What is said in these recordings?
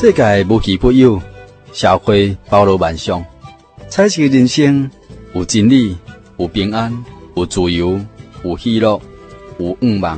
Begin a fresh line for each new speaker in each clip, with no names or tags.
世界无奇不有，社会包罗万象。彩色人生有真理，有平安，有自由，有喜乐，有愿望。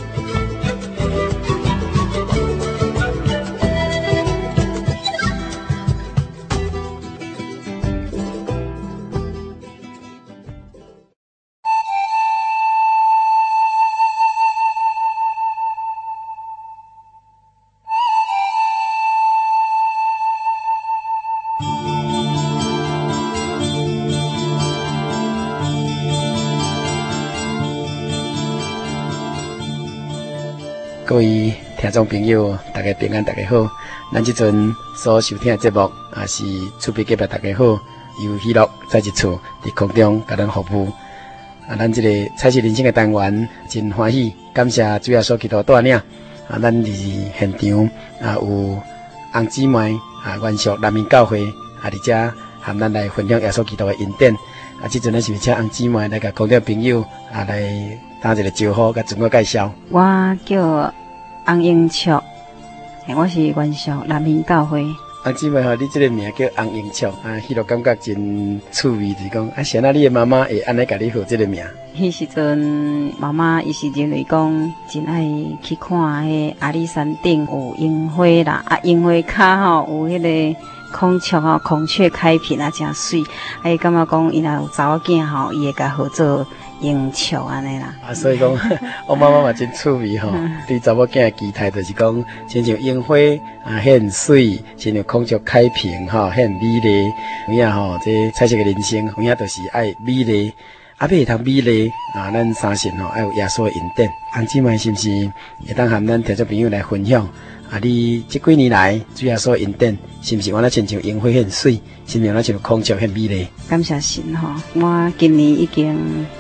各位听众朋友，大家平安，大家好。咱这阵所收听的节目也是厝边隔壁大家好，由喜乐再一次伫空中甲咱服务。咱这个彩色人生的单元真欢喜，感谢主要所基督带领。咱伫现场有洪姊妹原属南明教会而且和咱来分享耶稣基督的恩典。这阵咱是请洪姊妹来甲空中朋友来打一个招呼，甲自我介绍。
我叫洪英卓，我是原属南明教会。
洪姊妹吼，你这个名叫洪英卓迄落感觉真趣味，就是讲谁你的妈妈会安尼甲你号这个名？
迄时阵妈妈伊是认为讲真爱去看迄阿里山顶有樱花啦，樱花骹吼有迄个孔雀孔雀开屏真水，伊感觉讲伊若有查某囝吼，伊会甲号做英雀安尼啦。
所以讲我妈妈嘛真趣味吼，对查某囝的期待就是讲，亲像樱花很水，亲像孔雀开屏很美丽。有影吼，这彩色的人生，有影就是爱美丽。要会通美丽咱相信爱有耶稣的恩典。洪姊妹是不是会当和咱听众朋友来分享？你这几年来主耶稣的恩典，是不是我那亲像樱花很水，是不是那像孔雀很美丽？
感谢神我今年已经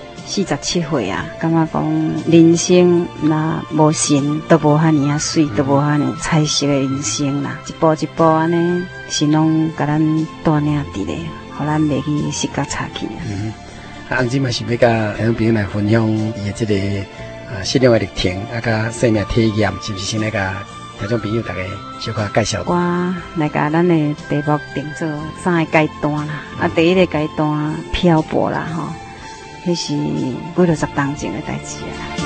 47岁感觉讲人生若无神，都无遐尼水，都无遐尼彩色的人生啦。一步一步安尼，神拢甲咱带领伫咧，互咱袂去失脚差去
洪姊妹是要甲听众朋友来分享伊的这个信仰的历程甲生命体验，是不是先来甲听众朋友大家小可介绍？
我来甲咱的题目定做3个阶段啦。第一个阶段漂泊啦迄是几落10当前的代志啦。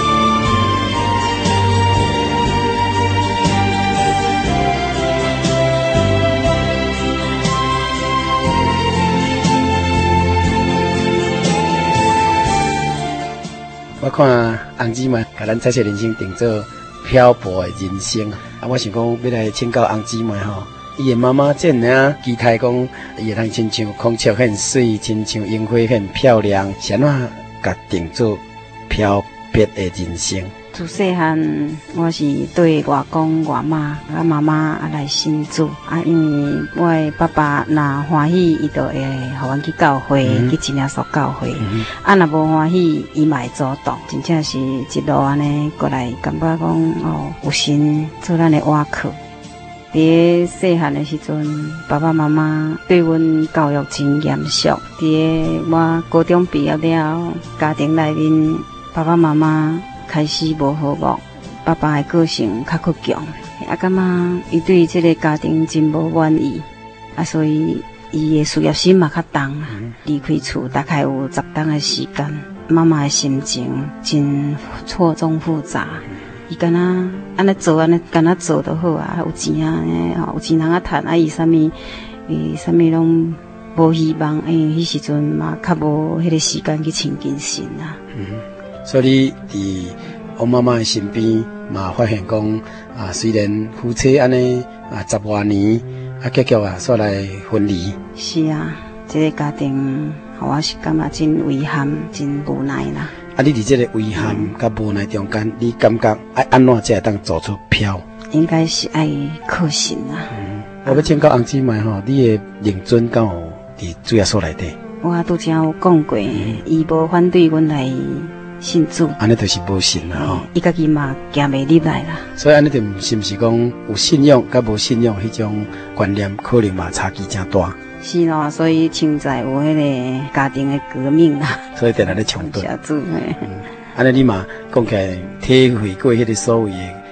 我看洪姊妹甲咱彩色人生定做漂泊的人生我想讲要来请教洪姊妹伊的妈妈这样期待讲，伊会通亲像孔雀很水，亲像樱花很漂亮，是安怎甲定做漂泊的人生？
自细汉我是对外公外妈妈妈来信主因为我的爸爸若欢喜，伊就会互阮去教会，去真耶稣教会若无欢喜，伊嘛会阻挡。真正是一路安尼过来，感觉讲有神做咱的倚靠。伫细汉的时阵，爸爸妈妈对阮教育真严肃。伫我高中毕业了，家庭内面爸爸妈妈开始无和睦，爸爸的个性较倔强，感觉伊对这个家庭真无满意所以伊的事业心嘛较重离开厝大概有10天的时间，妈妈的心情真错综复杂。伊敢若安尼做，安尼敢若做就好有钱有钱通趁伊啥物拢无希望迄时阵嘛较无迄个时间去亲近神
所以你伫我妈妈的身边嘛发现讲虽然夫妻安尼10多年结局煞来分离。
是这个家庭我是感觉真遗憾，真无奈啦。
你伫这个遗憾甲无奈中间，你感觉爱安怎才会当做出漂？
应该是爱靠神
我要请教洪姊妹你的认准敢有伫主耶稣内底？
我拄则有讲过，伊无反对阮来信主，
安尼就是无信啦
伊家己嘛行袂入来啦。
所以安尼就是毋是讲有信仰甲无信仰迄种观念，可能嘛差距真大。
是咯，所以现在有迄个家庭的革命啦，
所以定来咧冲突。
谢主
安尼你嘛讲起来体会过迄个所谓的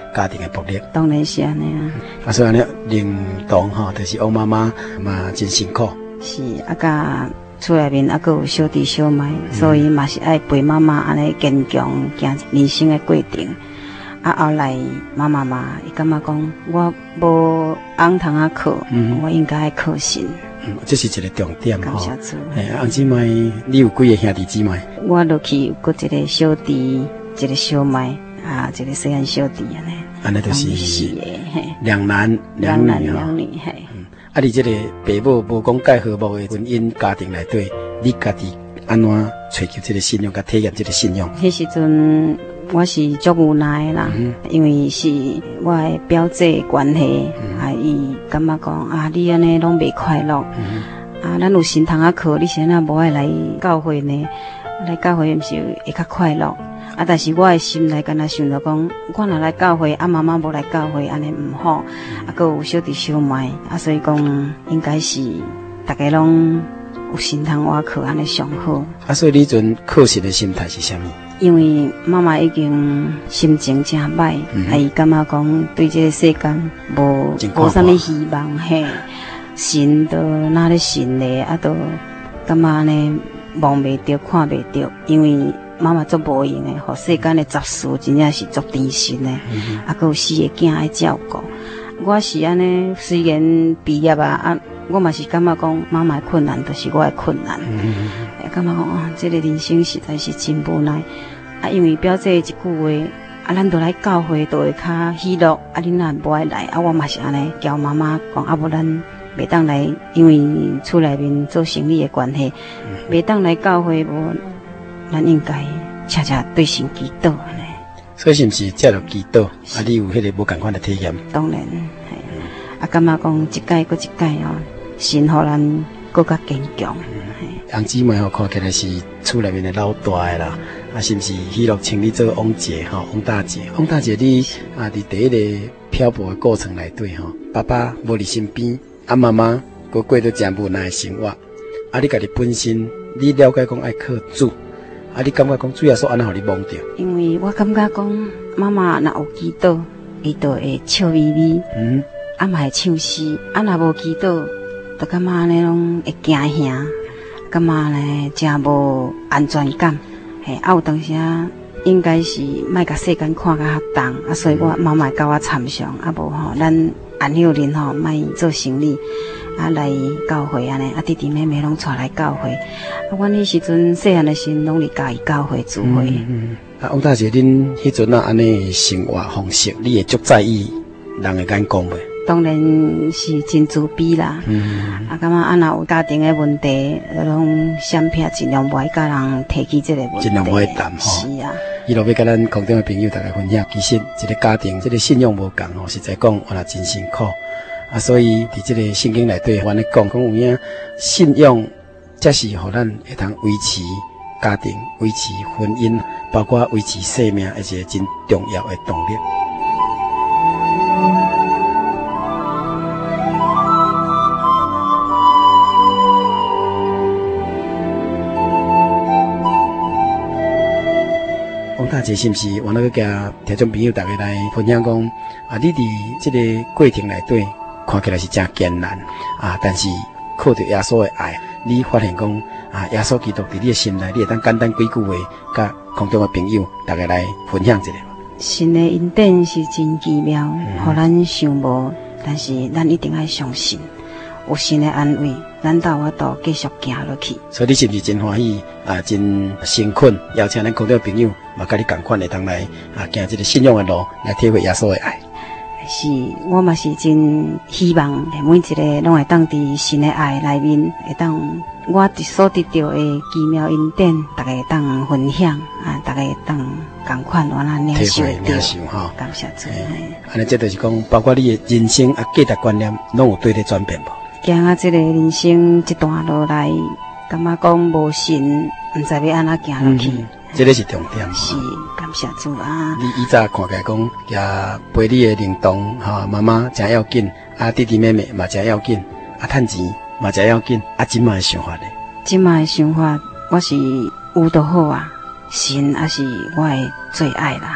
家庭的迫力。
当然是安尼啊。
啊，所以安尼认同吼，就是王妈妈嘛真辛苦。
是啊，甲厝内面啊，佮有小弟小妹，所以嘛是爱陪妈妈安尼坚强行人生的过程。啊，后来妈妈嘛，伊感觉讲我无翁通啊考，我应该考神。
这是一个重点
感谢主。
翁姊妹，你有几个兄弟姊妹？
我落去有个一个小弟，一个小妹，啊，一个细汉小弟安尼。
安尼就是两男两女
嘿。
啊，你这个爸母无讲介和睦的婚姻家庭内底，你家己安怎追求这个信仰，甲体验这个信仰？
迄时阵我是足无奈啦，因为是我的表姐的关系，啊，伊感觉讲啊，你安尼拢袂快乐，啊，咱有神通啊靠，你现在无爱来教会呢？来教会毋是会较快乐？啊，但是我的心内敢若想着讲，我若来教会，啊，妈妈无来教会，安尼毋好，啊，佮有小弟小妹，啊，所以讲应该是大家拢有神通我靠，安尼上好。啊，
所以你阵考试的心态是啥物？
因为妈妈已经心情真歹，啊，伊感觉讲对这个世间无啥物希望，嘿，神都哪咧神咧，啊，都感觉呢望袂着，看袂着，因为妈妈足无用诶，互世间诶杂事真正是足甜心诶，啊，佮有4个囝爱照顾。我是安尼，虽然毕业啊，我嘛是感觉讲妈妈诶困难，就是我诶困难。感觉讲啊，这个人生实在是真无奈。啊，因为表姐一句话，啊，咱都来教会，都会较喜乐。啊，恁若无爱来，啊，我嘛是安尼叫妈妈讲，啊，无咱袂当来，因为厝内面做生意诶关系，袂当来教会无。咱应该恰恰对神祈祷安尼。
所以是毋是借着祈祷，啊，你有迄个无共款的体验？
当然，啊，感觉讲一届搁一届哦，神互咱搁较坚强。
翁姊妹吼，看起来是厝内面的老大的啦，啊，是毋是喜乐请你做王姐吼，王大姐？王大姐，你啊，伫第一个漂泊的过程内底吼，爸爸无伫身边，啊，妈妈搁过着真无奈的生活，啊，你家己本身，你了解讲爱靠主。啊！你感觉讲主要说安怎互你忘掉？
因为我感觉讲妈妈若有祈祷，伊就会笑眯眯，啊嘛会唱诗，啊若无祈祷，就感觉安尼拢会惊吓，感觉呢真无安全感。嘿，啊有当时啊，应该是莫甲世间看甲较重，啊所以我妈妈教我参详，啊无吼，咱安孝人吼莫做生理。啊，来教会安尼，啊弟弟妹妹拢带来教会。啊，阮迄时阵细汉的时拢伫家己教会聚会。
啊，王大姐，恁迄阵啊安尼生活方式，你会足在意人的眼光袂？
当然是真自卑啦。啊，感觉啊，若有家庭的问题，拢闪避，尽量袂甲人提起这个问题。
尽量袂谈吼。
是啊。
伊落要甲咱空中的朋友大家分享，其实一个家庭，这个信仰无共吼，实在讲，我也真辛苦。啊，所以伫这个圣经内底，阮咧讲有影信仰，才是互咱会通维持家庭、维持婚姻，包括维持生命，一个真重要的动力。王大姐是毋是？我那个甲听众朋友大家来分享讲，啊，你伫这个过程内底。看起来是真艰难啊，但是靠着耶稣的爱，你发现讲啊，耶稣基督伫你的心内，你会当简单几句话，甲空中的朋友大家来分享一下。
神的恩典是真奇妙，互咱想无，但是咱一定要相信，有神的安慰，咱有法度继续行落去。
所以你是不是真欢喜啊？真辛苦，邀请咱空中的朋友，嘛甲你共款会当来啊，行这个信仰的路，来体会耶稣的爱。
是我嘛是真希望每一个拢会当伫神的爱内面，会当我所得到的奇妙恩典，大家会当分享啊，大家会当共款我那领受
哈。
感谢主。
安尼这就是讲，包括你的人生啊价值观念，拢有对咧转变无？
行啊，这个人生一段路来，感觉讲无神，唔知要安怎行落去。
这个是重点。
是，感谢主啊！
你以早看起来讲，也陪你的灵动，哈，妈妈真要紧，啊，弟弟妹妹嘛真要紧，啊，趁钱嘛真要紧，啊，今麦想法呢？
今麦想法，我是有就好啊，神也是我的最爱啦。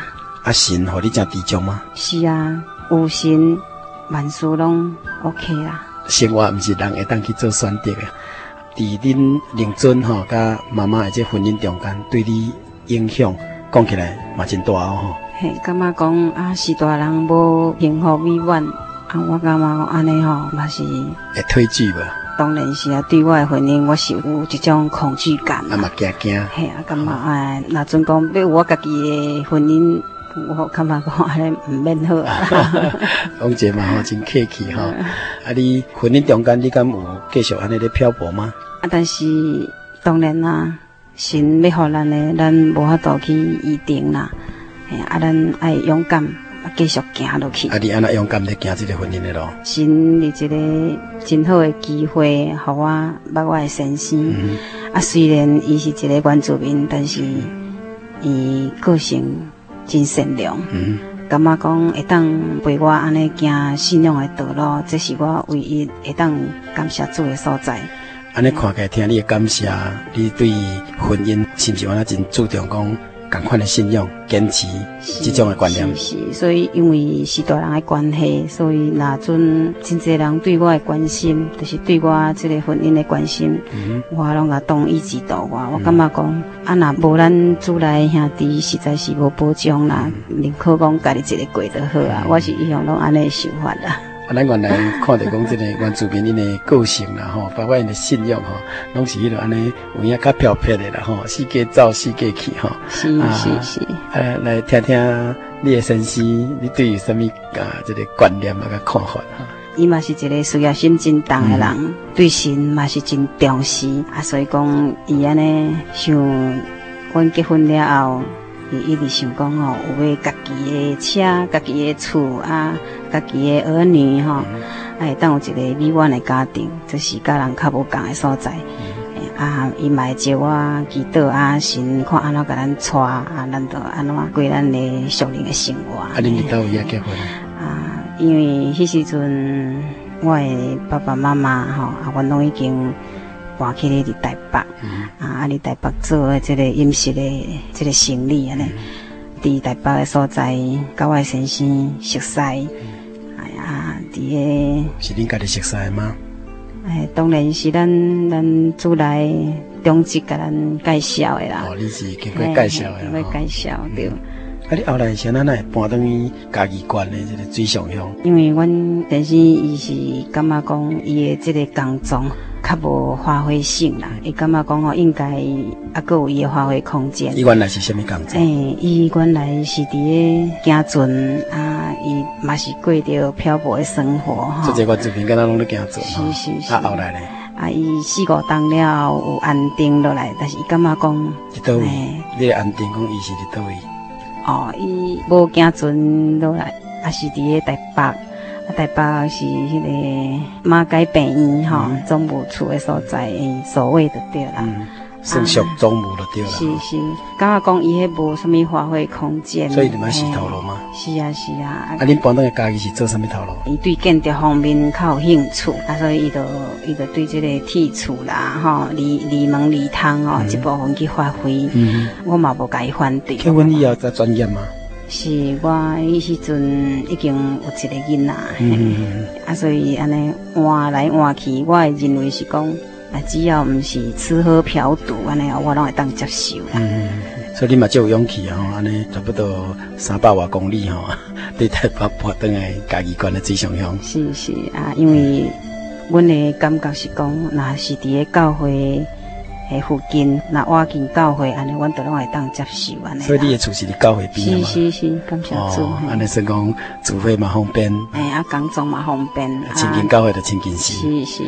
啊，神互你正知足吗？
是啊，有神万事拢 OK 啦。
生活毋是人会当去做选择的。伫恁灵尊吼，甲妈妈的这婚姻中间，对你影响讲起来嘛真大哦吼。
嘿，感觉讲啊，是大人无幸福美满，啊，我感觉讲安尼吼，嘛是
会退居无？
当然是啊，对我的婚姻，我是有一种恐惧感。
啊嘛惊。
嘿啊，感觉哎，若阵讲要有我家己的婚姻，我感觉讲安尼毋免好啊。
讲者嘛吼，真客气吼。啊，你婚姻中间，你敢有继续安尼咧漂泊吗？
啊，但是当然啦，神要互咱的，咱无法度去预定啦。嘿啊，咱爱勇敢，继续行落去。
啊，你安那勇敢咧行这个婚姻的路？
神伫一个真好的机会，互我捌我的先生。啊，虽然伊是一个原住民，但是伊个性真善良。感觉讲会当陪我安尼行信仰的道路，这是我唯一会当感谢主的所在。
安尼看起来，听你的感谢，你对婚姻是不是安那真注重讲同款的信仰，坚持这种的观念？
是，所以因为是大人的关系，所以若阵真侪人对我的关心，就是对我这个婚姻的关心，我拢甲当义指导我感觉讲，啊，若无咱主内兄弟实在是无保障啦，宁可讲家己一个过就好啊。我是一向拢安尼想法啦。
啊，咱原来看到讲这个原住民因的个性啦，吼，包括因的信仰吼，拢是迄落安尼有影较飘撇的啦，吼，四界走四界去，吼。是。来听听你的先生，你对于什么这个观念啊、个看法哈？
伊嘛是一个事业心真重的人，对神嘛是真重视啊，所以讲伊安尼想，阮结婚了后。伊一直想讲吼，有要家己的车、家己的厝啊、家己的儿女吼，会当有一个美满的家庭，这是甲人较无共的所在。啊，伊嘛会招我祈祷啊，神看安怎甲咱带啊，咱就安怎过咱的属灵的生活。
啊，恁伫倒位结婚？
啊，因为迄时阵我的爸爸妈妈吼，啊，阮拢已经。搬去咧伫台北，啊，伫台北做这个饮食的这个生意安尼，伫台北的所在，甲我先生熟悉，哎呀，伫个
是恁家己熟悉的吗？
哎，当然是咱主内中职甲咱介绍的啦。
哦，你是经过介绍的。
经过介绍对。
啊，你后来是哪会搬到去嘉义县的这个水上乡？
因为阮先生伊是感觉讲伊的这个工作。较无发挥性啦，伊感觉讲吼，应该还佫有伊的发挥空间。
伊原来是啥物工作？
伊原来是伫咧行船啊，伊嘛是过着漂泊的生活吼。
做这个作品，敢若拢咧行船。
是。
啊，后来咧？
啊，伊4-5冬了有安定落来，但是伊感觉讲，
伫倒位？你安定讲伊是伫倒位？
哦，伊无行船落来，也是伫咧台北。台北是迄个马街病院吼，总务处的所在，所谓就对啦。
算属总务就对啦。
是，感觉讲伊迄无啥物发挥空间。
所以你买石头路吗？
是啊。
啊，恁搬到的家己是做啥物头路？
伊对建筑方面较有兴趣，啊，所以伊就对这个剔除啦，吼，离门离窗哦，一部分去发挥。我嘛无甲伊反对。
结婚以后才专业吗？
是我迄时阵已经有一个囡仔，啊，所以安尼换来换去，我会认为是讲，啊，只要毋是吃喝嫖赌安尼，我拢会当接受啦。
所以你嘛真有勇气啊！吼，安尼差不多300多公里吼，对台北搬登来嘉义县的水上乡。
是啊，因为阮的感觉是讲，若是伫咧教会。附近，那我近教会，安尼阮都拢会当接受安尼。
所以你的厝是伫教会边嘛？
是，感谢主。
安尼算讲住伙嘛方便。
啊，工作嘛方便。
亲近教会就亲近神。
是。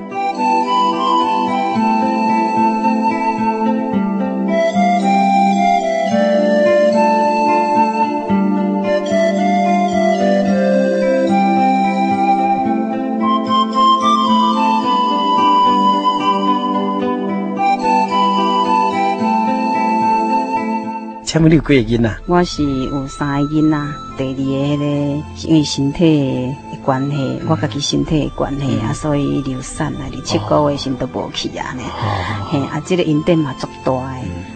请问你有几个囡仔？
我是有3个囡仔，第2个迄个是因为身体的关系，我家己身体的关系啊，所以流产啊，27个月先都无去啊呢。嘿，啊，这个阴电嘛足大的，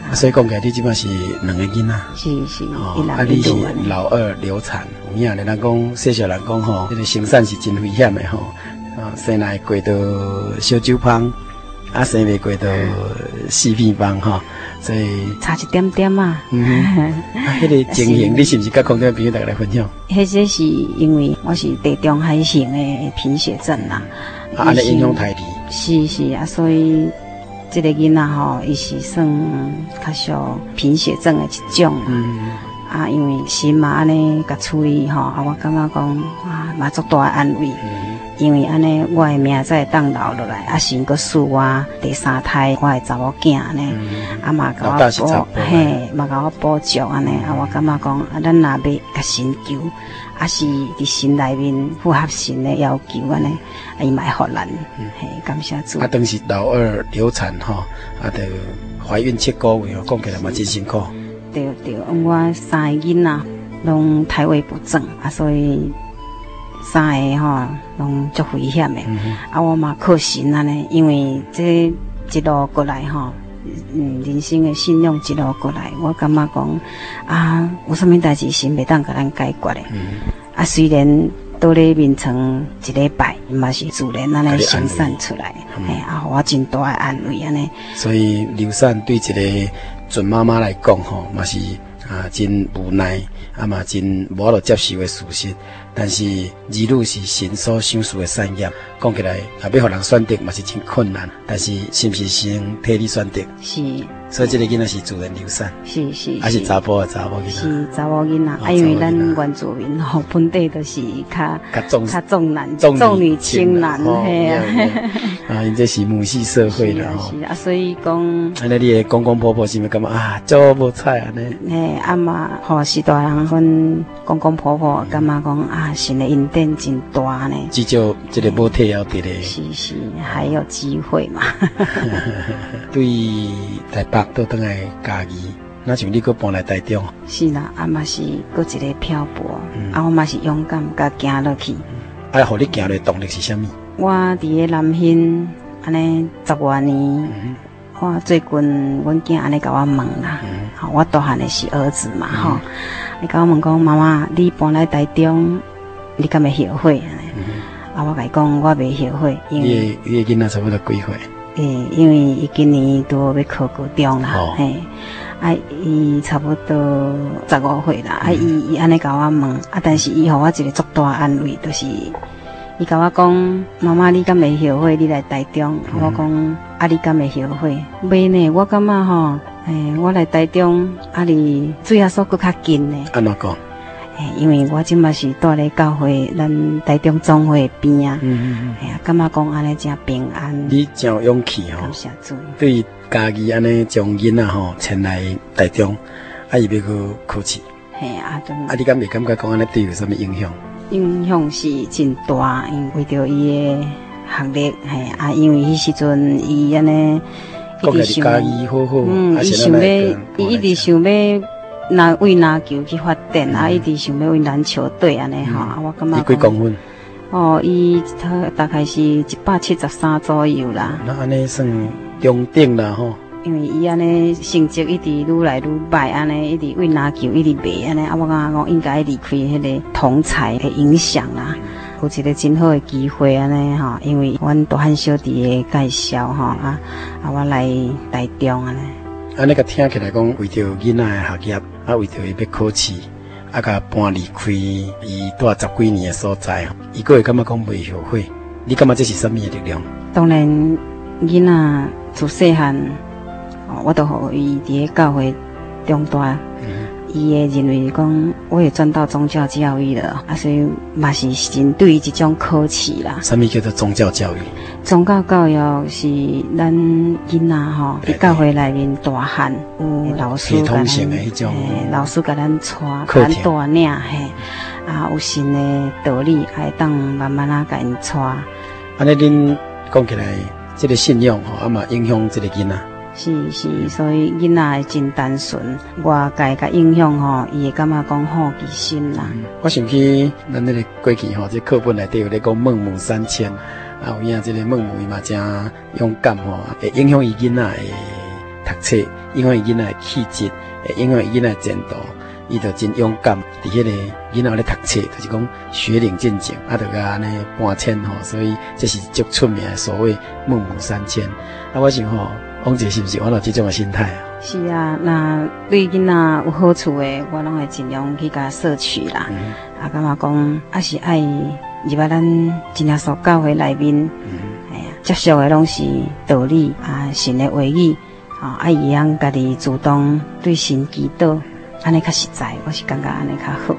所以讲起来，你即摆是两个囡仔。
是，
哦，你是老二流产，有影咧？人讲细小人讲吼，这个生产是真危险的吼。啊，生来过到小酒芳，啊，生未过到四片芳吼，所以
差一点点啊。
迄个情形，你是不是甲空中朋友大家来分享？
迄个是因为我是地中海型的贫血症啦，
安尼影响胎皮。
是啊，所以这个囡仔吼，伊是算较属贫血症的一种啊。因为心嘛安尼甲处理吼，我感觉讲嘛足大的安慰。因为安尼，我的命才会当留落来，先搁赐我第三胎我的查某囝安尼，嘛甲我嘛甲我补足安尼，我感觉讲咱若要甲神求，是伫心内面符合神的要求安尼，伊嘛会互咱，感谢主。
当时老二流产吼，就怀孕7个月，讲起来嘛真辛苦。
对，我三个囡仔拢胎位不正所以。三个吼，拢足危险的。我嘛靠神安尼，因为这一路过来吼，人生的信仰一路过来，我感觉讲有啥物代志神袂当甲咱解决的。虽然倒咧眠床一礼拜，嘛是自然安尼生产出来，互我真大的安慰安尼。
所以流产对一个准妈妈来讲吼，嘛是真无奈，嘛真无法度接受的事实。但是儿女是神所赏赐的产业，讲起来要互人选择嘛是真困难。但是是不是神替你选择？
是。
所以这个囡仔是自然流产。是。还是查甫的查某囡仔？
是查某囡仔。因为咱原住民吼，本地都是较重男重女轻男嘿啊。
因这是母系社会啦吼。
是所以讲。
安尼你的公公婆婆是咪感觉足无彩安尼？
嘛，吼是大人阮公公婆婆感觉讲神的恩典真大呢。
至少这个母体要得咧。
是，还有机会嘛。
对台北倒转来家己，那像你搁搬来台中。
是啦，嘛是搁一个漂泊，我嘛是勇敢甲行落去。
互你行落动力是啥物？
我伫个南兴安尼10多年。我最近阮囝安尼甲我问啦，我大汉的是儿子嘛吼，伊甲我问讲妈妈，你搬来台中，你敢会后悔安尼？我甲伊讲我袂后悔，因为
伊个囡仔差不多几岁？
因为伊今年都要考高中啦，伊差不多15岁啦，伊安尼甲我问，但是伊互我一个足大安慰，就是。伊甲我讲，妈妈，你敢会后悔你来台中？我讲，你敢会后悔？袂呢，我感觉吼，我来台中，离最后所搁较近呢。
安怎讲？
因为我即嘛是住咧教会，咱台中总会边感觉讲安尼真平安。
你真有勇气吼！
感谢主。
对家己安尼将囡仔吼迁来台中，伊要去考试。你敢袂感觉讲安尼对有啥物影响？
影响是真大，因为为着伊的学历，因为迄时阵伊安尼
一直想，
伊想要，伊一直想要为篮球去发展，一直想要为篮球队安尼吼，我感觉。
伊几公分？
伊大概是173左右啦。
那安尼算中等啦吼。
因为伊安尼成绩一直愈来愈歹，安尼一直为篮球一直袂安尼，我感觉讲应该离开迄个同才的影响啦，有一个真好的机会安尼吼，因为阮大汉小弟的介绍吼我来台中安尼。
安尼个听起来讲，为着囡仔的学业，为着伊要考试，甲搬离开伊住10几年的所在，伊个会感觉讲袂后悔。你感觉这是什么的力量？
当然，囡仔自细汉。我都互伊伫个教会中大，伊会认为讲我也转到宗教教育了，所以嘛是真对于这种考试啦。
什么叫做宗教教育？
宗教教育是咱囡仔吼伫教会内面大汉，有老师甲咱，老师甲咱带，咱带领有新的道理，会当慢慢甲因带。
安尼恁讲起来，这个信仰嘛影响这个囡仔。
是，所以囡仔会真单纯，外界甲影响伊会感觉讲好奇心啦。
我想起咱那个过去这课本内底有咧讲孟母3000，有影这个孟母伊嘛真勇敢会影响伊囡仔的读册，影响伊囡仔的气质，会影响伊囡仔的前途。伊就真勇敢，伫迄个囡仔咧读册，就是讲学龄进前，就甲安尼搬迁吼，所以这是足出名的所谓孟母三迁。我想王姐是不是我有这种的心态啊？
是啊，那对囡仔有好处的，我拢会尽量去甲摄取啦。感觉讲还是爱入来咱真耶稣教会内面，接受的拢是道理神的话语爱会晓家己主动对神祈祷。安尼较实在，我是感觉安尼较好。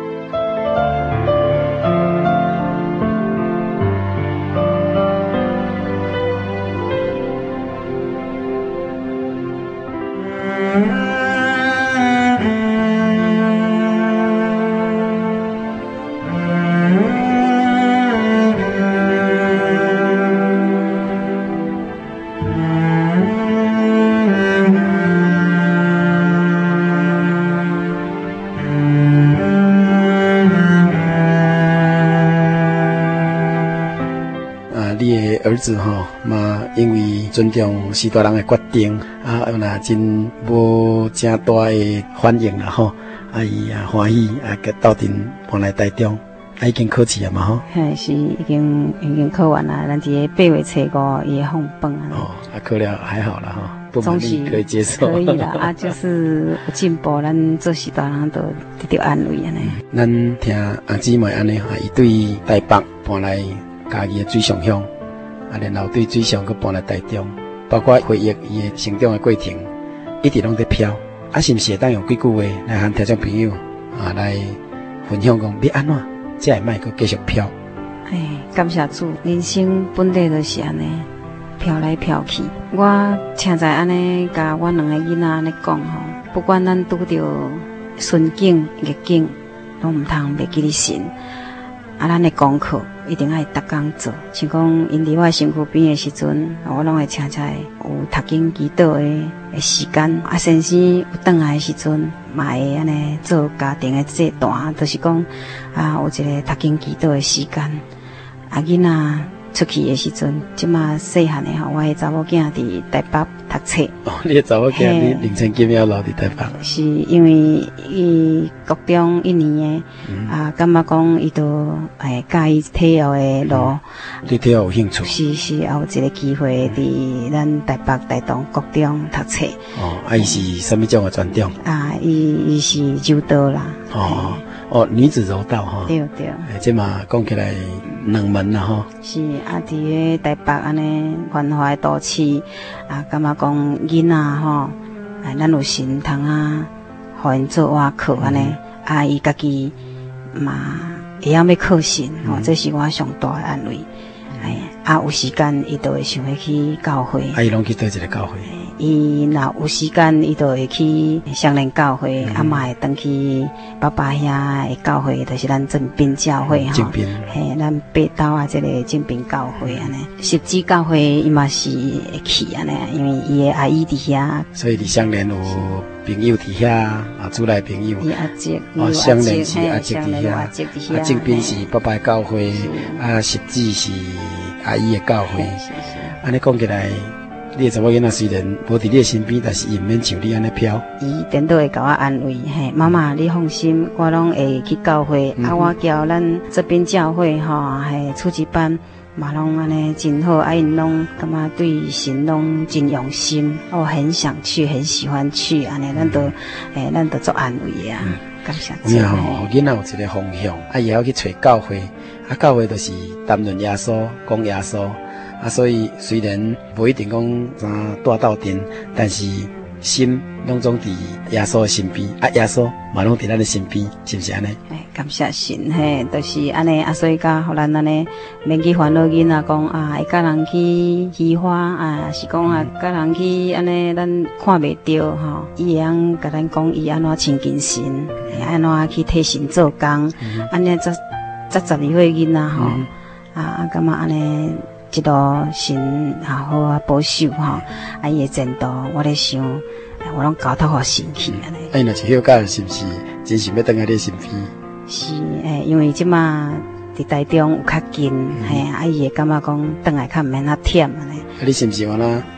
儿子嘛，因为尊重许多人的决定若真无正大的反应啦伊欢喜斗阵搬来台中，已经考试了嘛
嘿，是已经考完啦，咱伫个8月初5伊会放榜
考了还好啦不满意可以接受，
可以啦就是有进步，咱做许多人都得到安慰安尼。
咱听阿姊妹安尼伊对台北搬来家己的水上乡。然后对水上佮搬来台中，包括回忆伊的成长的过程，一直拢在飘。是毋是会当用几句话来和听众朋友来分享讲要安怎，才会卖佮继续飘？
感谢主，人生本来就是安尼，飘来飘去。我请在安尼甲我两个囡仔安尼讲不管咱拄着顺境逆境，拢唔通袂记你神。咱的功课一定爱逐工做，像讲因伫我身躯边的时阵，我拢会请在有读经祈祷的时间。先生有转来的时阵，嘛会安尼做家庭的这段，就是讲有一个读经祈祷的时间。囡仔出去的时阵，即马细汉的我的查某囝伫台北读册。
你的查某囝你凌晨9点留伫台北？
是因为伊国中1年的，感觉讲伊都介意体育的路，
对体育有兴趣。
是也有一个机会伫咱台北台东国中读册。
伊是什么种的专长？
伊是柔道啦。
女子柔道
对对。
这嘛讲起来两门啦
是伫个台北安尼繁华的都市，感觉讲囡仔咱有神通互因做外课安尼，伊家己嘛会晓要靠神这是我上大的安慰。有时间伊就会想要去教会。
伊拢去倒一个教会？
伊若有时间，伊就会去双连教会，嘛会回去爸爸遐的教会，就是咱正滨教会
正滨，
咱北斗这个正滨教会安尼。十字教会伊嘛是会去安尼，因为伊的阿姨伫遐，
所以伫双连有朋友伫遐主来朋友。
阿姐，
双连是阿姐伫遐，正滨是爸爸的教会，十字是阿姨的教会。安尼讲起来。你的查某囡仔虽然无伫你的身边，但是伊毋免像你安尼飘。
伊颠倒会甲我安慰，妈妈你放心，我拢会去教会。我叫咱这边教会初级班嘛拢安尼真好，因拢感觉对神拢真用心，我很想去，很喜欢去，安尼咱都做安慰啊。感谢主。
囡仔有一个方向，伊会晓去找教会，教会就是谈论耶稣，讲耶稣。所以虽然不一定讲大斗阵，但是心拢总伫耶稣的身边，耶稣嘛拢伫咱的身边，是不是安尼？
感谢神，就是安尼所以甲互咱安尼免去烦恼囡仔讲会甲人去喜欢是讲甲人去安尼咱看袂着伊会晓甲咱讲伊安怎亲近神，安怎去替神做工，安尼才12岁囡仔感觉安尼。一路神好保守伊的前途，我咧想，我拢交托互神去安尼。
若是迄个是不是真想要等在你身边？
是因为即马伫台中有较近，伊会感觉讲等来较毋免忝安尼。
你是不是我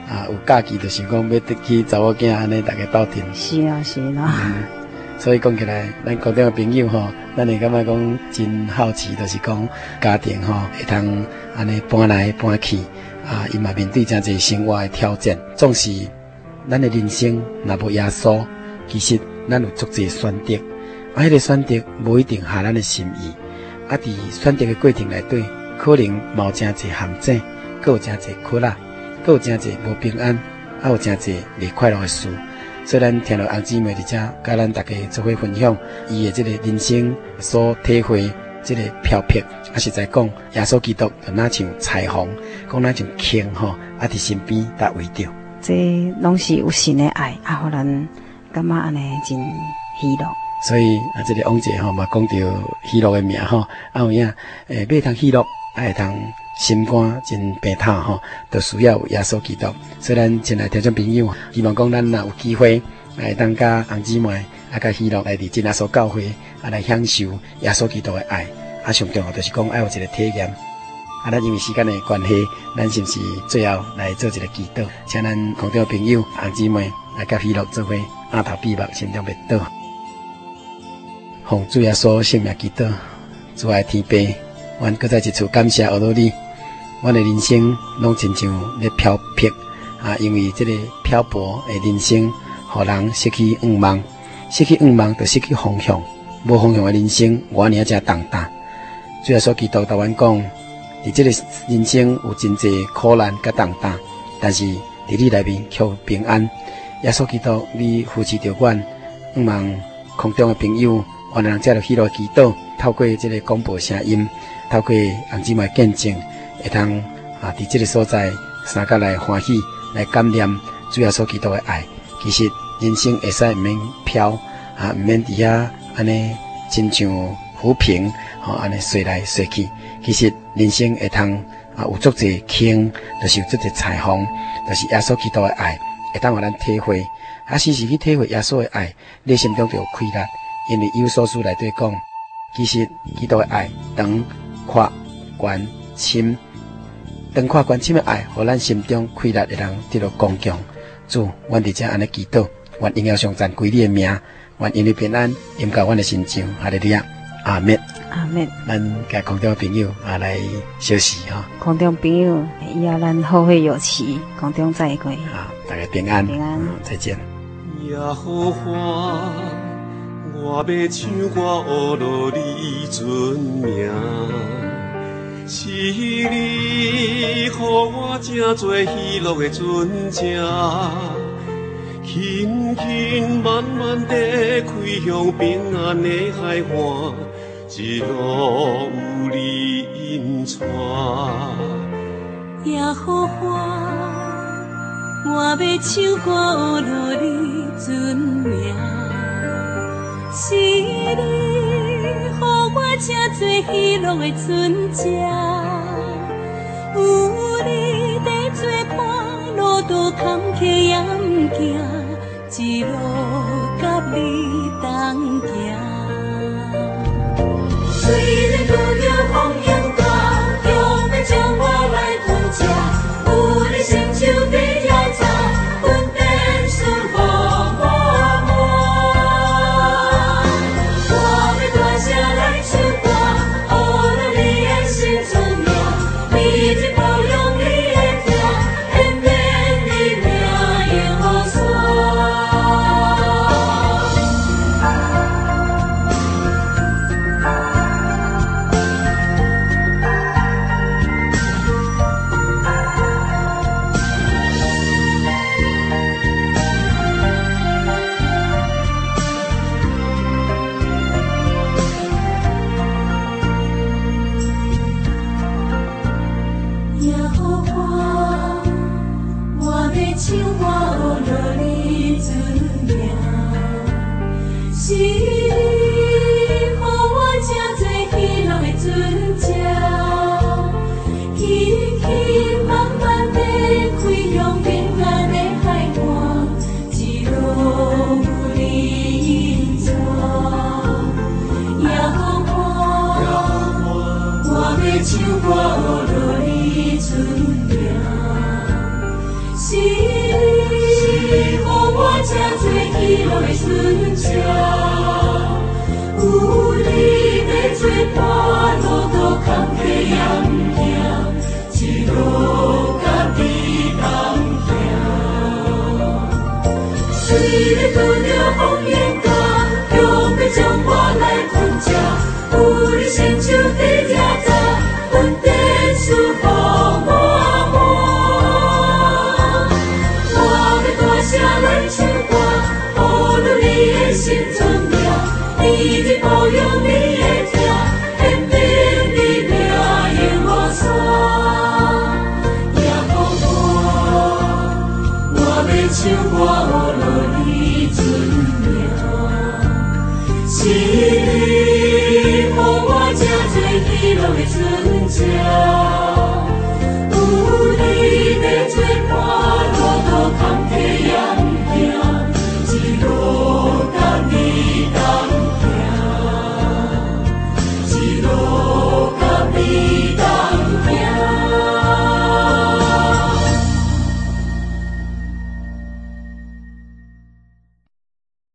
有假期就想讲要得去找某囝安尼大家斗阵。
是啊，是啊。
所以讲起来，咱高中的朋友吼，咱会感觉讲真好奇，就是讲家庭吼会通安尼搬来搬去伊嘛面对真侪生活的挑战。总是咱的人生若无耶稣，其实咱有足侪选择，迄个选择无一定合咱的心意。伫选择的过程内底，可能嘛有真侪陷阱，阁有真侪苦辣，阁有真侪无平安，有真侪未快乐的事。所以咱听到红姊妹伫遮，甲咱大家做伙分享伊的这个人生所体会这个漂泊，实在讲，耶稣基督就若像彩虹，讲若像星吼，伫身边搭围着。
这拢是有神的爱，互咱感觉安尼真喜乐。
所以这个王姐吼嘛讲到喜乐的名吼，有影要通喜乐，会通心肝真平坦吼，都需要有耶稣基督。所以咱前来听众朋友，希望讲咱若有机会来当甲红姊妹甲喜乐来伫真耶稣教会来享受耶稣基督的爱。上重要就是讲要有一个体验。咱因为时间的关系，咱是不是最后来做一个祈祷？请咱空中朋友红姊妹来甲喜乐做伙额头闭目，心中默祷。奉主耶稣圣名祈祷，主爱天父，阮搁再一次感谢学到你。阮的人生拢亲像咧漂泊因为这个漂泊的人生，互人失去愿望，失去愿望就失去方向，无方向的人生，我呢才重担。主耶稣基督甲阮讲，伫这个人生有真侪苦难甲重担，但是伫你内面却有平安。耶稣基督，你扶持着阮，望空中的朋友，我能才着喜乐祈祷，透过这个广播声音，透过红姊妹见证，会通伫这个所在，三角来欢喜，来感念主耶稣基督的爱。其实人生会使毋免飘毋免伫遐安尼，亲像浮萍安尼随来随去。其实人生会通有足侪星，就是有足侪彩虹，就是耶稣基督的爱，会当互咱体会。时时去体会耶稣的爱，你心中就有快乐。因为有所书内底讲，其实基督的爱长、宽、悬、深，长、宽、悬、深的爱，互咱心中快乐会通得到光强。主，阮伫遮安尼祈祷，愿荣耀颂赞归你的名，愿因你平安引导阮的心情。哈利路亚，阿门。
阿门。
咱甲空中朋友来休息哈。
空中朋友，以后咱后会有期，空中再会。
大家平安，
平安，
再见。
耶和华，我要唱歌学落你尊名，是你予我正多喜乐的船只，轻轻慢慢地开向平安的海岸，一路有你引带。
耶和华，我要唱歌学落你尊名，是你予我正多喜乐的船只，有你在作伴，路途坎坷也毋惊，一路甲你同行。虽然遇着风雨大，强要将我来扶持，有你伸手在摇茶，分担顺风我我要大声来唱歌，学了你的心尊名，你一保佑你的听，延绵你名永山。耶和华，我要唱歌学落你尊名，是你予我正多喜乐的船只，轻轻慢慢地开向平安的海岸，一路有你引带。耶和华，我要唱歌学落你尊名，是多喜乐的春秋。有你在做伴，路途坎坷也不惊，一路甲你同行。虽然拄着风烟甲，强要将我来困食。有你伸手在遮扎，阮电视放满满。我要大声来唱歌，保护你的心存命，日日保佑你的听，天边你命永无散。夜风大，我要唱歌学落你存命，是你。予我这多喜乐的春秋。